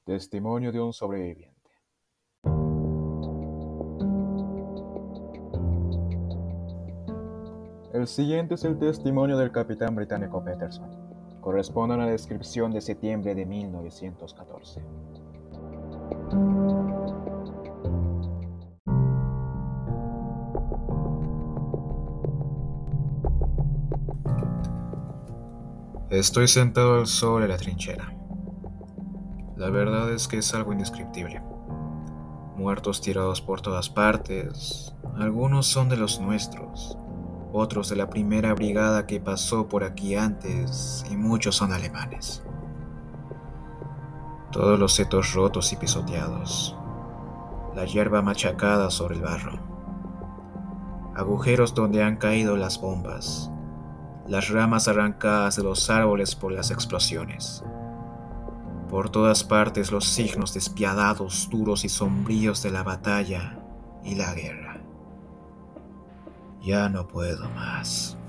Testimonio de un sobreviviente. El siguiente es el testimonio del capitán británico Peterson. Corresponde a una descripción de septiembre de 1914. Estoy sentado al sol en la trinchera. La verdad es que es algo indescriptible. Muertos tirados por todas partes. Algunos son de los nuestros, otros de la primera brigada que pasó por aquí antes, y muchos son alemanes. Todos los setos rotos y pisoteados, la hierba machacada sobre el barro, agujeros donde han caído las bombas, las ramas arrancadas de los árboles por las explosiones. Por todas partes los signos despiadados, duros y sombríos de la batalla y la guerra. Ya no puedo más.